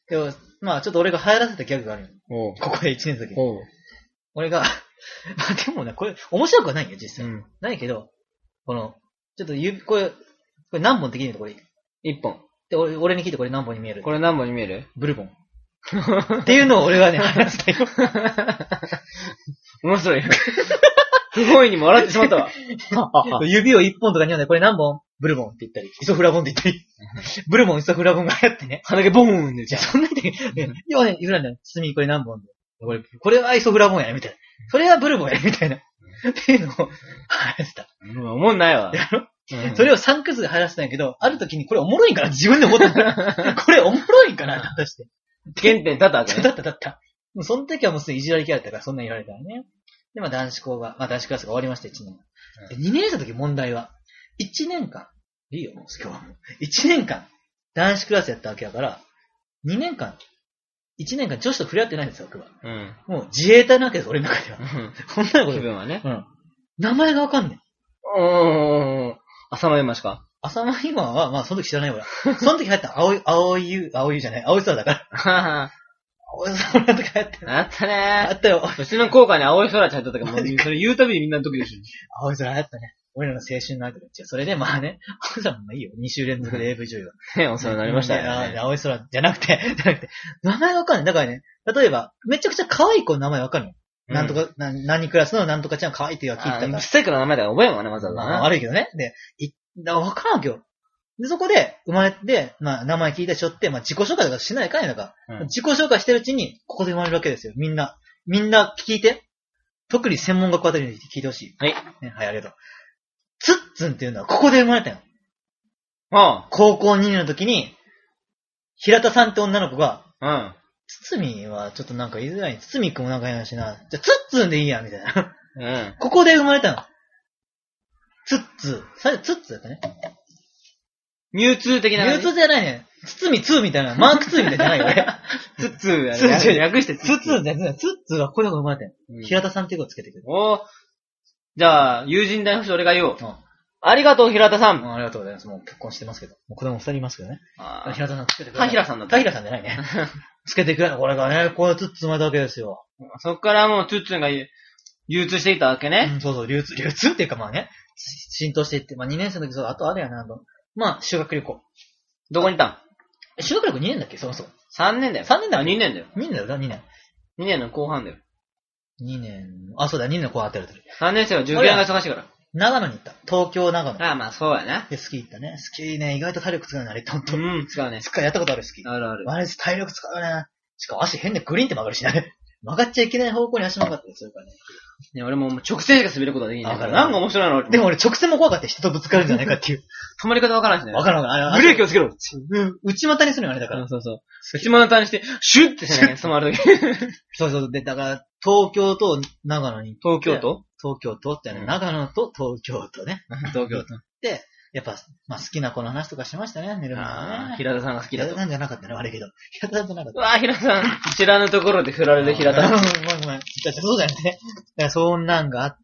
でも、まあちょっと俺が流行らせたギャグがあるよ。 おう。 ここでいちねんの時に。 おう。 俺が、まあでもね、これ面白くはないよ、実際。 うん。 ないけど、この、ちょっと指、これ、これ何本的に言うとこれ。 一本。 で、俺俺に聞いてこれ何本に見える？ これ何本に見える？ ブルボン。っていうのを俺はね、話したよ。 面白い。不本意にも笑ってしまったわ。 指を一本とかにはね、これ何本？ブルボンって言ったり、イソフラボンって言ったり。ブルボン、イソフラボンが流行ってね。 鼻毛ボーンで。 じゃあそんなに、要はね、言うなんだよ。包これ何本で。これ、これはイソフラボンやね、みたいな。それはブルボンやね、みたいな。っていうのを話した。 うん、思んないわ。 やろ、 うん、 それをさんクスで話したんやけど、ある時にこれおもろいんかなって自分で思ったんだ。これおもろいんかなって果たして。 原点だったわけね。 だっただった。もうその時はもうすぐいじられキャラだったからそんな言われたらね。で、まあ男子校が、まあ男子クラスが終わりました、いちねん。うん、にねん生の時問題は、いちねんかん。いいよ、もう今日はもう。いちねんかん、男子クラスやったわけだから、にねんかん、いちねんかん女子と触れ合ってないんですよ、僕は。 うん。 もう自衛隊なわけです、俺の中では。 うん。 こんなこと。 気分はね。 うん。名前がわかんねん。 うーん。浅間山しか。 浅間今は、まあその時知らないわ。その時流行った青い、青い湯、青い湯じゃない、青い空だから。 はは。 青い空の時流行ったよ。 あったねあったよ。 うちの校歌に青い空って入っとったけど、もうそれ言うたびにみんなの時でしょ。 青い空流行ったね。俺らの青春のアイドル。それでまあね、青い空もいいよ。に週連続で エーブイ 女優が。 ね、お世話になりましたね。 青い空じゃなくて、じゃなくて、名前わかんない。だからね、例えば、めちゃくちゃ可愛い子の名前わかるの。なんとか、な何クラスのなんとかちゃん可愛いって言うのは聞いたから。 ちっちゃい子の名前だから覚えんわね、わざわざ。 まあ、悪いけどね。で、い、だわからんわけよ。で、そこで、生まれて、まあ、名前聞いたしょって、まあ、自己紹介とかしないかんやだから、うん、自己紹介してるうちに、ここで生まれるわけですよ。みんな。みんな聞いて。特に専門学校あたりに聞いてほしい。 はい。 ね、はい、ありがとう。つっつんっていうのは、ここで生まれたよ。 ああ。 高校にねんの時に、平田さんって女の子が、 うん。 つつみはちょっとなんか言いづらい。つつみくんもなんか変だしな。じゃあ、つっつんでいいや、みたいな。 うん。 ここで生まれたの。つっつ。最初、つっつだったね。 ミュウツー的な。 ミュウツーじゃないね。つつみツーみたいな。マークツーみたいなじゃないよ、 俺。つっつーやね。つっ略してつっつーじゃない。つっつーはこれが生まれたよ。うん、平田さんっていう子をつけてくる。 おー。じゃあ、友人代表して俺が言おう。 うん。 ありがとう、平田さん。 ありがとうございます。もう結婚してますけど。もう子供二人いますけどね。 あ平田さんつけてくれ。 田平さんだった。 田平さんじゃないね。つけてくれ。これがね、こうつっつ生まれたわけですよ。 そっからもうツッツンが流通していったわけね。 うん、そうそう、流通、流通っていうかまあね、浸透していって、まあにねん生の時そう、あとあれやな、まあ修学旅行。 どこに行ったん？ 修学旅行にねんだっけそもそも。 さんねんだよ。 さんねんだよ。 あ、にねんだよ。 にねんだよな、にねん。 にねんの後半だよ。 にねん、あ、そうだ、にねんの後半あってる。 さんねん生は受験が忙しいから。 長野に行った。東京、長野。 ああ、まあそうやな。 で、スキー行ったね。スキーね、意外と体力使うよね、あれ、ほんと。 うん、使うね。 使う、やったことある、スキー。 あるある。 あれ、体力使うよね。しかも足変でグリーンって曲がるしね。曲がっちゃいけない方向に足曲がったりするからね。 ね、俺も直線しか滑ることはできないから。なんか面白いの。 でも俺直線も怖かった人とぶつかるんじゃないかっていう。 止まり方わからんしね。 わからんわからん。 ブレーキをつけろ。 うん。内股にするのあれだから。 そうそう。内股にして、シュッてしないね、止まるとき。 そうそう。で、だから、東京と長野に。 東京都東京都ってね、うん、長野と東京都ね。 東京都。 で、やっぱ、まあ好きな子の話とかしましたね、寝る前はね。 平田さんが好きだと。 平田さんじゃなかったね、悪いけど。平田さんじゃなかった。 うわぁ、平田さん。知らぬところで振られる平田さん。 ごめんごめん。そうだよね。だからそんなんがあって、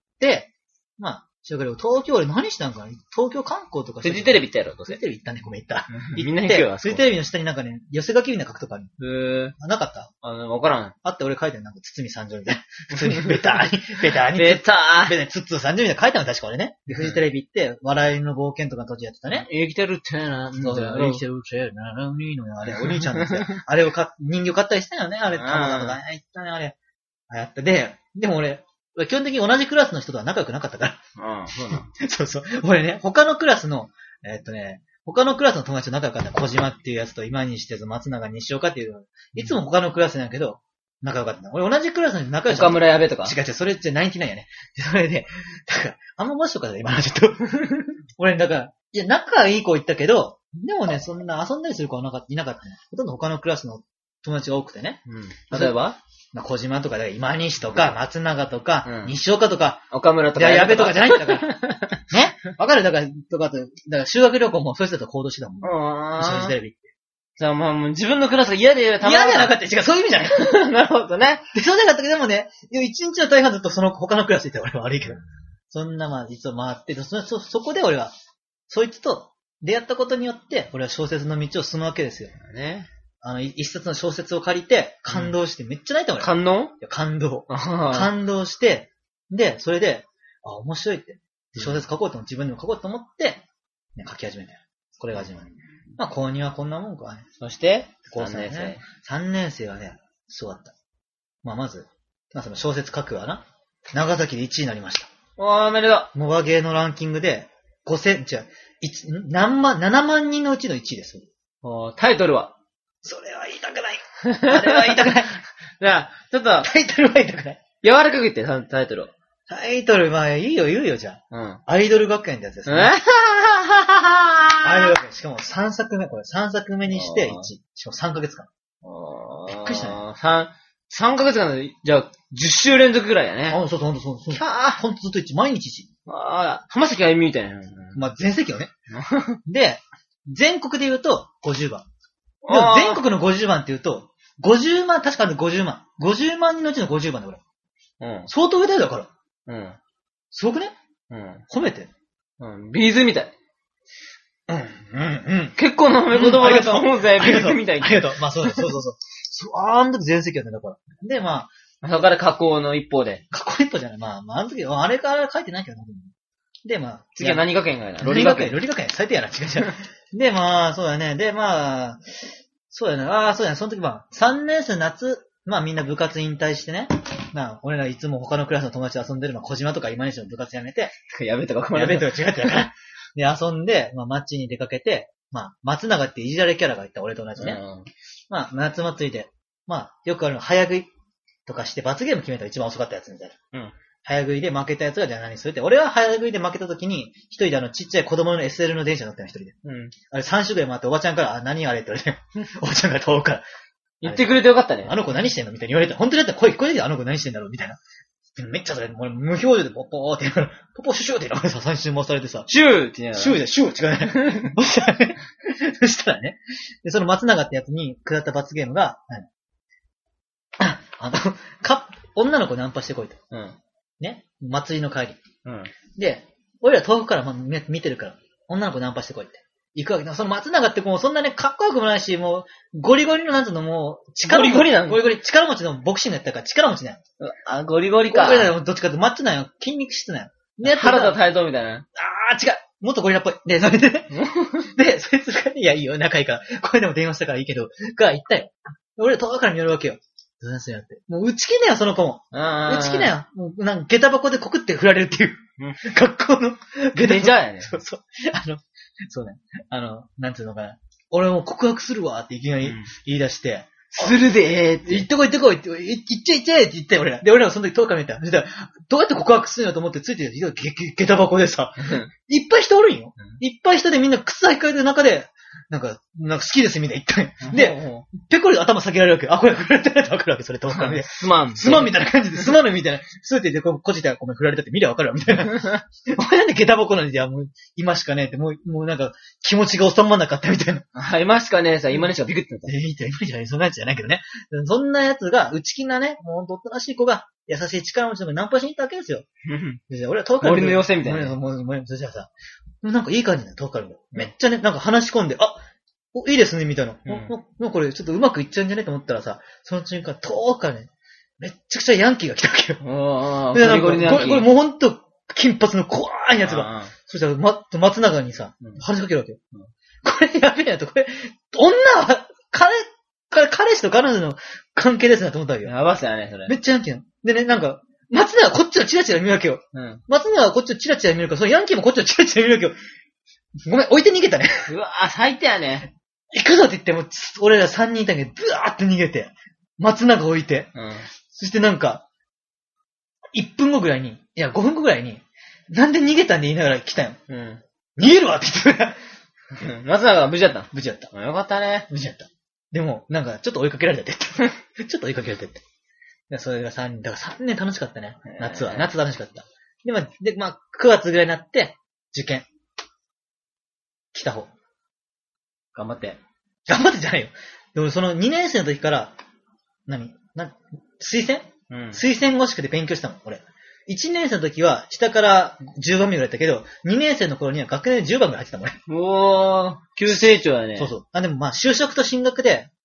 まあ、修学旅行、東京俺何したんかな東京観光とかして。 フジテレビ行ったやろ、どうせ。 フジテレビ行ったね、ごめん行った。 みんな行くよ。 フジテレビの下になんかね、寄せ書きみたいな書くとかある。 へぇー。なかったあの、わからん。 あって俺書いてるなんか、つつみ三条みたいな。普通に、ベターに、ベターに。 ベター。 ベターに、つっつー三条みたいな書いたの確か俺ね。で、フジテレビ行って、笑いの冒険とかの途中やってたね。 生きてるってな、 そうそう、生きてるってな、なにのあれ、お兄ちゃんですよ。あれをか、人形買ったりしたよね、あれ。たまたまとか、行ったね、あれ。あ、やった。で、でも俺、基本的に同じクラスの人とは仲良くなかったから。 うん、そうなの。 そうそう。俺ね、他のクラスの、えー、っとね、他のクラスの友達と仲良かった。小島っていうやつと今西哲、松永西岡っていう、いつも他のクラスなんやけど、仲良かった。俺同じクラスの人仲良し。 岡村やべとか違う違う、それってナインティナインやね。それで、だから、あんま面白かった、今のちょっと。俺、だから、いや、仲いい子言ったけど、でもね、そんな遊んだりする子はなかった、いなかったね。ほとんど他のクラスの友達が多くてね。 うん。例えばまあ、小島とか、今西とか、松永とか、うん、西岡とか、 岡村とか。 いや、やべとかじゃないんだから。ねわかるだから、とかと、だから修学旅行もそういう人と行動してたもん。 うん。 一緒にテレビって。 じゃあまあもう自分のクラスが嫌で嫌でたまらない。嫌じゃなかった。違う、そういう意味じゃない。 なるほどね。 で、そうじゃなかったけど、でもね、一日の大半ずっとその他のクラスにいて俺は悪いけど。そんなまあ、実は回って、そ、そ、そこで俺は、そいつと出会ったことによって、俺は小説の道を進むわけですよ。 ね。 あの、一冊の小説を借りて、感動してめっちゃ泣いた俺。 感動いや感動。 あ感動して、で、それで、あ、面白いって。で小説書こうと思って、自分でも書こうと思って、ね、書き始めたよ。これが始まり。まあ、高にはこんなもんかね。 そして、 高さんね。 さんねんさんねん生はね、そうだった。まあ、まず、まあ、その小説書くわな。長崎でいちいになりました。 生。おー、おめでとう。 モバゲーのランキングで、ごせん、じゃいち、何万、ななまん人のうちのいちいです。 おータイトルはそれは言いたくない。あれは言いたくない。 じゃあ、ちょっと、 タイトルは言いたくない。 柔らかく言って、タイトルを。 タイトル、まあ、いいよ、言うよ、じゃあ。 うん。 アイドル学園ってやつですえね。アイドルー学園。しかもさんさくめ、これさんさくめにしていち。しかもさんかげつかん。びっくりしたね。 三、三ヶ月間で、じゃあ、じゅっ週連続ぐらいやね。 あ、そうそう、ほんとそうそう。 キャーほんとずっといち、毎日いち。 ああ、浜崎あゆみみたいな。 まあ、全席をね。で、全国で言うとごじゅうばん。であーも全国のごじゅうばんって言うと、ごじゅうまん、確かにごじゅうまん。ごじゅうまん人のうちのごじゅうばんだ、これ。 うん。 相当上だよ、だから。 うん。 すごくねうん。 褒めて。 うん。ビーズみたい。 うん、うん、うん。 結構な褒め言葉だと思うぜ、ビーズみたいに。 ありがとう。まあそうだ、そうそうそう。そうあの時全席やったんだから。で、まあ、 そこから加工の一方で。 かっこいい一歩じゃない。まあ、まあ、あの時、あれから書いてないけどな。で、まあ、 次は何学園がやな。 ロリ学園、ロリ学園、最低やな、違う違う。で、まあ、そうだね。で、まあ、そうだね。ああ、そうだね。その時、まあ、さんねん生の夏、まあみんな部活引退してね。まあ、俺らいつも他のクラスの友達と遊んでる、まあ、小島とか今西の部活やめて、 やべとか困やる。 べえとか違ってたから。で、遊んで、まあ、街に出かけて、まあ、松永っていじられキャラがいた、俺と同じね。 うん。 まあ、夏祭りで、まあ、よくあるの、早食いとかして罰ゲーム決めたら一番遅かったやつみたいな。 うん。 早食いで負けたやつがじゃあ何するって。俺は早食いで負けた時に、一人であの、ちっちゃい子供の エスエル の電車乗ったの、一人で。 うん。 あれさん種ぐらい回って、おばちゃんから、あ、何あれって言われて、おばちゃんが遠くから、 言ってくれてよかったね。 あの子何してんのみたいに言われて、本当にだったら声聞こえてきて、あの子何してんだろうみたいな。めっちゃそれ、俺無表情でポッポーって言うから、ポポシュシューって言うからさ、さん周回されてさ、 シューって言いながら。 シューで、シュー違うね。そしたらね、そしたらね、で、その松永ってやつに下った罰ゲームが、何あの、か、女の子ナンパしてこいと。 うん。 ね。祭りの帰り。 うん。 で、俺ら遠くからま見見てるから、女の子ナンパしてこいって。行くわけだ。その松永ってもうそんなね、かっこよくもないし、もう、ゴリゴリのなんつうのもう、力持ちゴリゴリなのゴリゴリ、力持ちのボクシングやったから力持ちだよ。 あ、ゴリゴリか。 ゴリゴリだよ。どっちかってマッチョなんよ。筋肉質なんよ。で、 原田泰造みたいな。 あー、違う。もっとゴリラっぽい。で、それでね。で、そいつが、いや、いいよ、仲いいから。これでも電話したからいいけど、が言ったよ。俺遠くから見よるわけよ。どうなんすよって。もう打ち切んなよ、その子も。 あ打ち切んなよ。もう、なんか、下駄箱でコクって振られるっていう。 うん学校の下デジャーやね。 そうそう。あの、そうね。あの、なんつうのかな。俺もう告白するわっていきなりうん言い出して、 するでーって。 行ってこい行ってこいって、い行っちゃいっちゃえって言ったよ、俺ら。で、俺らもその時遠くから見た。そしたら、どうやって告白するのと思ってついてるよ。げげ下駄箱でさ、いっぱい人おるんよ。 うんいっぱい人でみんな靴履かれてる中で、なんか、なんか好きですみんな言ったんよ。で、ペコリと頭下げられるわけよ。あ、これ振られてないとわかるわけ、それ遠くから見て。 すまん。 すまんみたいな感じで、すまぬみたいな。そうやって言って、ここじたらごめん振られたって見りゃわかるわ、みたいな。お前なんで下駄箱なんで、いや、もう、今しかねえって、もう、もうなんか、気持ちが収まらなかったみたいな。 あ、今しかねえさ、今にしかビクってなった。 ええ、いいって、今じゃない、そんなやつじゃないけどね。そんなやつが、内気なね、もうほんとおとなしい子が、優しい力持ちの子にナンパしに行ったわけですよ。で俺は遠くから見る。 森の妖精みたいなもう、もう、もう、そしたらさ、なんかいい感じだよ、遠くから見る。めっちゃね、なんか話し込んで、あ、お、いいですね、みたいな。 うんお、おもうこれちょっとうまくいっちゃうんじゃねと思ったらさ、その瞬間、遠くからね、めっちゃくちゃヤンキーが来たわけよ。 おー、 で、なんかゴリゴリのヤンキーこれ、これもうほんと、金髪の怖いやつが。 あそしたら、ま、松永にさうん、 話しかけるわけよ。 うんこれやべえなと、これ、女は、彼、彼、彼氏と彼女の関係ですなと思ったわけーよ。 やばさやね、それ。 めっちゃヤンキーなの。でね、なんか、松永はこっちをチラチラ見るわけよ。 うん。 松永はこっちをチラチラ見るから、そのヤンキーもこっちをチラチラ見るわけよ。ごめん、置いて逃げたね。 うわぁ、最低やね。 行くぞって言っても、俺ら三人いたけど、ブワーって逃げて、松永置いて、 うん。 そしてなんか、いっぷんごぐらいに、いや、ごふんごぐらいに、なんで逃げたんで言いながら来たよ。 うん。 逃げるわって言ってた。 松永は無事だった無事だった。 のよかったね。 無事だった。でも、なんか、ちょっと追いかけられたって言って。ちょっと追いかけられたって。でそれがさんにん、だからさんねん楽しかったね。夏は。 へー夏楽しかった。で、まあ、で、まあ、くがつぐらいになって、受験。来た方。 頑張って。 頑張ってじゃないよ。でもそのにねん生の時から、何な、推薦うん。 推薦合宿で勉強したもん、俺。いちねん生の時は下からじゅうばんめぐらいだったけど、にねん生の頃には学年でじゅうばんぐらい入ってたもん、俺。 おー、急成長やね。 そうそう。あ、でもまあ、就職と進学で、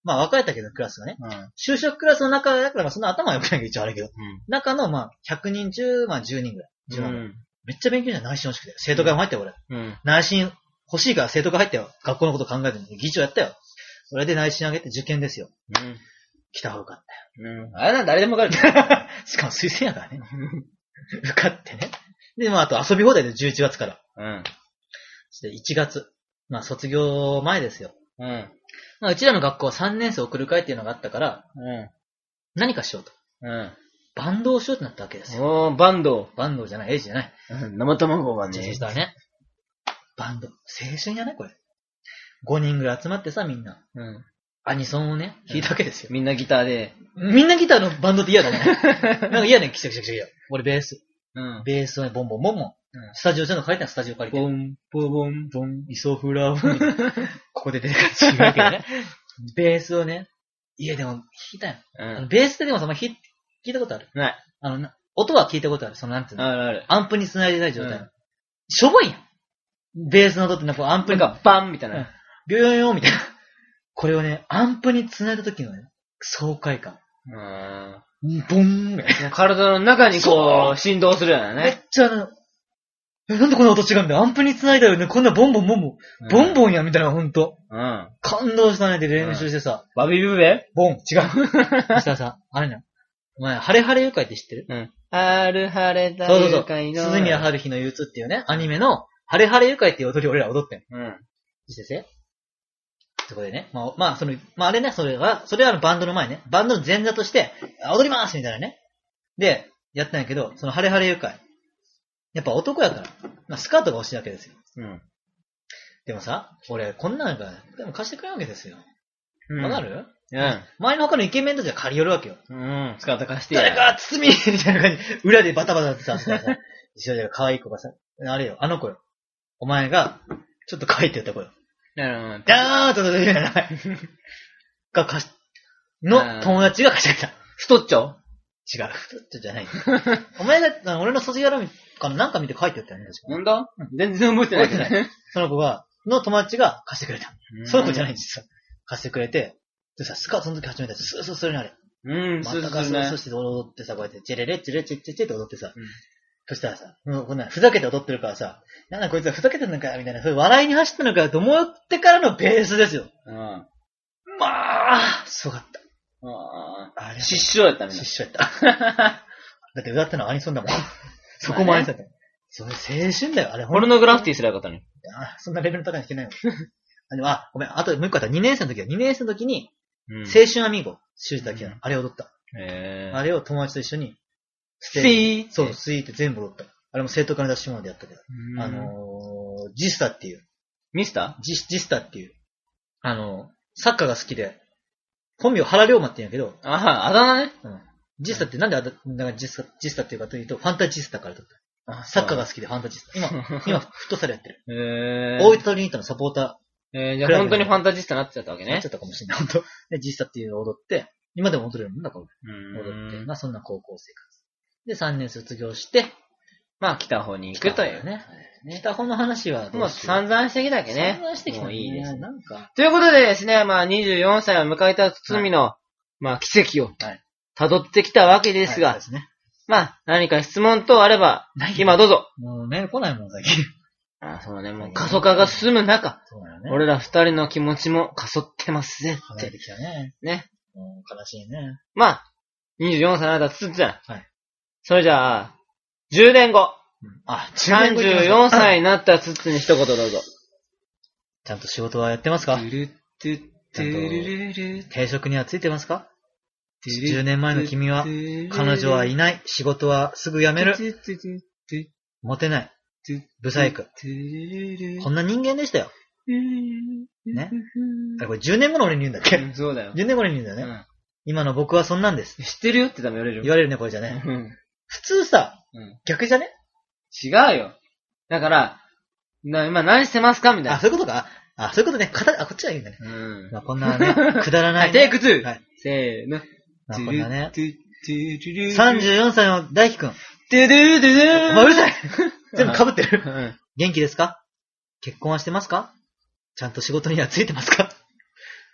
まあ分かれたけど、クラスがね。 うん。 就職クラスの中だから、まあそんな頭は良くないけど、一応あれけど。 うん。 中の、まあ、ひゃくにん中、まあじゅうにんぐらい。じゅうまんぐらい。 うん。 めっちゃ勉強じゃん、内心欲しくて。生徒会も入ったよ、俺。 うん。 内心欲しいから生徒会入ったよ。学校のこと考えずに。議長やったよ。それで内心上げて受験ですよ。 うん。 来た方がよかったよ。 うん。あれなん誰でも受かる。 しかも推薦やからね。受かってね。で、まあ、あと遊び放題でじゅういちがつから。 うん。 そしていちがつ。まあ、卒業前ですよ。 うん。 まあ、うちらの学校はさんねん生送る会っていうのがあったから、 うん。 何かしようと。 うん。 バンドをしようとなったわけですよ。 おー、バンド。 バンドじゃない、エイジじゃない。 生卵がそね。 したらね。バンド。青春やないこれ。ごにんぐらい集まってさ、みんな。 うん。 アニソンをね、弾いたわけですよ。 みんなギターで。 みんなギターのバンドって嫌だね。なんか嫌ね、来た来た来た来た。俺ベース。 うん。 ベースをね、ボンボンボンボン。 うんスタジオちゃんと借りたの、スタジオ借りて。 ボン、ボボン。 ボン、イソフラボン。ここで出てくる違うけどね。ベースをね、家でも弾いたよ。 うん。 あのベースってでもさ、まあ、弾い聞いたことあるない。 あの、な音は聞いたことある。その、なんていうのあるある。 アンプに繋いでない状態。 うんしょぼいやん。ベースの音ってなんかアンプに、 なんか、バンみたいな。 ビョヨヨンみたいな。これをね、アンプに繋いだ時のね、爽快感。 うん。 ボンね。 体の中にこう、振動するようなめっね。 ちゃあの、え、なんでこんな音違うんだよ。アンプに繋いだよね。こんなボンボンボンボン。ボンン。 ボンやんみたいな、ほんと。 うん。 感動したねで練習してさ。 バビブベボン。違う。そしたらさ、あれね。お前、晴れ晴れ愉快って知ってる？ うん。春晴れたそうそうそう。 愉快の。 鈴宮春日の憂鬱っていうね、アニメの、晴れ晴れ愉快っていう踊りを俺ら踊ってん。 うん。 そしてせ。そこでね、まあ、まあ、その、まあ、あれね、それは、それはあのバンドの前ね、バンドの前座として、あ踊りますみたいなね。で、やったんやけど、その晴れ晴れ愉快。やっぱ男やから、まあ、スカートが欲しいわけですよ。 うん。 でもさ、俺、こんなんか、でも貸してくれるわけですよ。 うん。 わかる？ うん。 前の他のイケメンたちが借り寄るわけよ。 うん。使った貸してや。 誰か、包みみたいな感じ。裏でバタバタってさ、さ、後ろで可愛い子がさ、あれよ、あの子よ。お前が、ちょっと可愛いって言った子よ。 うん。 ダーッと出てない。が貸し、の友達が貸してくれた。 太っちゃう違う。太っちょじゃない。お前が、あの俺の卒業アルバムかななんか見て書いてあったよね、確か。 ほんと全然覚えてないけど覚ね。 その子が、の友達が貸してくれた。その子じゃないい。 んですよ。貸してくれて、でさ、スカートその時始めたやつ、スースーするね、あれ。 うん、 まそうですねたかスースー。して踊ってさ、こうやって、チェレレ、チェレチェチェチェって踊ってさ、 うんそしたらさ、もうこんな、ふざけて踊ってるからさ、なんだこいつはふざけてんのかよ、みたいな、そういう笑いに走ったのかよと思ってからのベースですよ。 うん。 まあ、すごかった。 ああれあ。失笑やったみんな。 失笑やった。だって歌ったのはアニソンだもん。そこもアニソンだった。それ青春だよ、あれ。 ポルノグラフィティすればよかったのに。 あそんなレベルの高いの弾けないもん。あでもあ、ごめん、あともう一個あった。にねん生の時は、にねん生の時に、 うん。 青春アミーゴ、シューターキャうんあれ踊った。 へー。 あれを友達と一緒に、スステージイーそう、スイーって全部踊った。あれも生徒会の出し物でやったけど。 うんあのー、ジスタっていう、 ミスタジジスタっていう、あのー、サッカーが好きで、本名原龍馬って言うんやけど、 あは、あだ名ね。 うん。ジスタってなんであだ、なんかジスタ、ジスタっていうかというと、ファンタジスタから取った。 あサッカーが好きでファンタジスタ。今、今、フットサルやってる。 へー。 大分トリニータのサポータえー、じゃあ本当にファンタジスタになってたわけーになっねちゃ。ったかもしれない。本当で、ジスタっていうのを踊って、今でも踊れるんだから、 うん踊って、まあそんな高校生活。で、さんねん卒業して、 まあ、北方に行くという。 ね。北方の話はどもううしよう散々してきたわけね。 散々してきたねもういいですね。 なんか、 ということでですね、まあ、にじゅうよんさいを迎えたつみの、まあ、奇跡をはい、 辿ってきたわけですがはいそうで、すね。 まあ、何か質問等あればない、 今どうぞ。 もうメール来ないもん、最近。 あそうね、もう過疎化が進む中、 そうだよね。 俺ら二人の気持ちも過疎ってますぜって。 離れてきたね。 ね。 もう悲しいね。 まあ、にじゅうよんさいの間つつちゃん。 はい。 それじゃあ、じゅうねんご。 あ、 さんじゅうよんさいになったつつに一言どうぞ。 ちゃんと仕事はやってますか？ トゥルットゥットゥルルル定職にはついてますか？ トゥルじゅうねんまえの君は、彼女はいない。仕事はすぐ辞める。 トゥトゥトゥトゥモテない。 トゥブサイク。 トゥルルルこんな人間でしたよ。ねあれ、これじゅうねんごの俺に言うんだっけ？ うんそうだよ。 じゅうねんごの俺に言うんだよね。 うん今の僕はそんなんです。 知ってるよって多分言われるよ。 言われるね、これじゃね。 うん普通さ、 うん逆じゃね？ 違うよ。だから、な今何してますかみたいあ、 な。 そういうことか。あ、そういうことね。かた、あ、こっちが言うんだね。 うん。 まあ、こんなね、くだらなはい、 い、ね。 テイクツー。 はい。 せーの。 まあ、こんなね。 トゥトゥトゥルルさんじゅうよんさいの大輝くん。 トゥルルルルお前うるさい全部被ってる。 うん元気ですか？結婚はしてますか？ちゃんと仕事にはついてますか？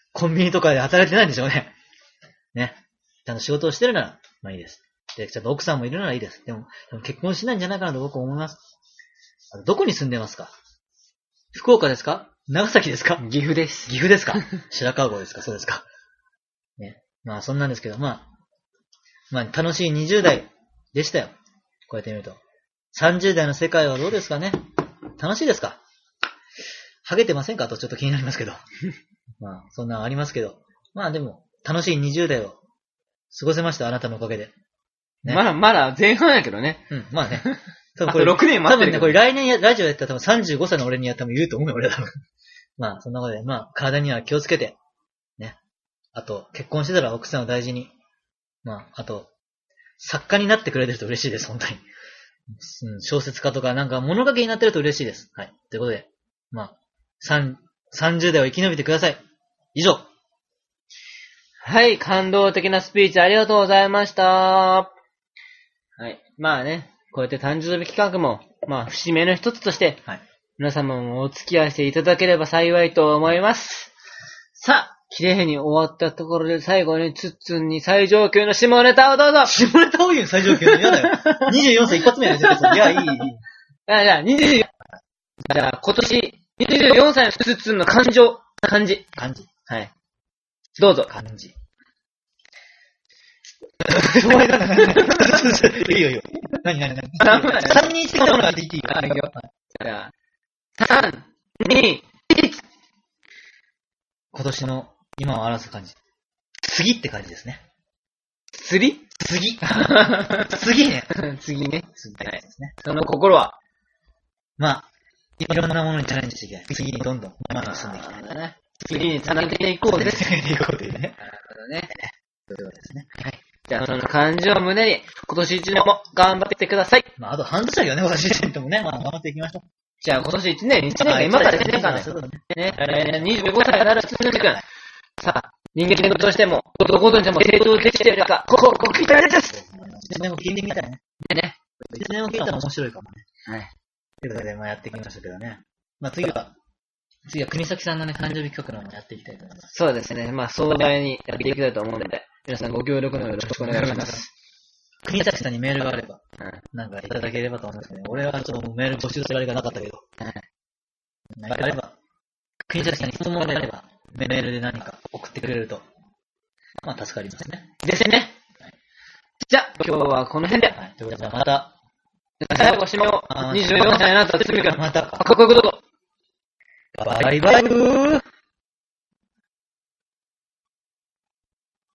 コンビニとかで働いてないんでしょうね。ね。ちゃんと仕事をしてるなら、まあいいです。で、ちゃんと奥さんもいるならいいです。でも、でも結婚しないんじゃないかなと僕は思います。あのどこに住んでますか？福岡ですか？長崎ですか？ 岐阜です。 岐阜ですか？白川郷ですか？そうですか。ね。まあそんなんですけど、まあ、まあ楽しいにじゅう代でしたよ。こうやって見ると。さんじゅう代の世界はどうですかね？楽しいですか？ハゲてませんかとちょっと気になりますけど。まあ、そんなんありますけど。まあでも、楽しいにじゅう代を過ごせました、あなたのおかげで。 ね、まだ、まだ前半やけどね。 うん、まあね。多分これろくねん待ってる。 多分ね、これ来年やラジオやったら多分さんじゅうごさいの俺にやったら言うと思うよ、俺多分。まあ、そんなことで、まあ、体には気をつけて、ね。あと、結婚してたら奥さんを大事に。まあ、あと、作家になってくれてると嬉しいです、本当に。うん、小説家とかなんか物書きになってると嬉しいです。はい。ということで、まあ、三さんじゅう代を生き延びてください。以上。 はい、感動的なスピーチありがとうございました。はい。まあね、こうやって誕生日企画も、まあ、節目の一つとして、はい、皆様もお付き合いしていただければ幸いと思います。さあ、綺麗に終わったところで最後にツッツンに最上級の下ネタをどうぞ。 下ネタを言う最上級の嫌だよ。にじゅうよんさい一発目やで、いや、いい、いい。 じゃあ、にじゅうよん、じゃあ、今年、にじゅうよんさいのツッツンの感情、漢字。 漢字。 はい。どうぞ。 漢字。お前がな、いいよいいよ。何何何さんにんしてきたものが言っていいよ。 あ、いいよ。じゃあ、さん、に、いち。 今年の今を表す漢字。次って感じですね。 釣り？ 次。次ね。 次ね。 次ですね。 その心はまあ、いろんなものにチャレンジしていきたい。次にどんどん前に進んでいきたい。 ね。次につなげていこうです。 つなげていこうというね。 なるほどね。 そういうことですね。 はい。じゃあ、その漢字を胸に、今年一年も頑張っていってください。 まあ、あと半年だけどね、今年一年ともね、まあ、頑張っていきましょう。 じゃあ、今年一年、一年が今から一年間ね。ね。来年にじゅうごさいになるつむじくん。さあ、人間としても、どこにでも成長できているか、ここ、ご期待です。 一年も聞いてみたいね。 でね。 一年も聞いたら面白いかもね。 はい。 ということで、まあやってきましたけどね。まあ次は、次は国崎さんのね、誕生日企画のもやっていきたいと思います。 そうですね。まあ壮大にやっていきたいと思うので、皆さんご協力のよろしくお願いします。 国崎さんにメールがあれば、うん、なんかいただければと思いますけどね。俺はちょっとメール募集するあれがなかったけど。うん。何かあれば、国崎さんに質問があれば、メールで何か送ってくれると、まあ助かりますね。 ですね。はい、じゃあ、今日はこの辺で。 はい。ということで、また、 最後締めを、にじゅうよんさいになったつみくん。 また、 かっこよくどうぞ。 バイバイブー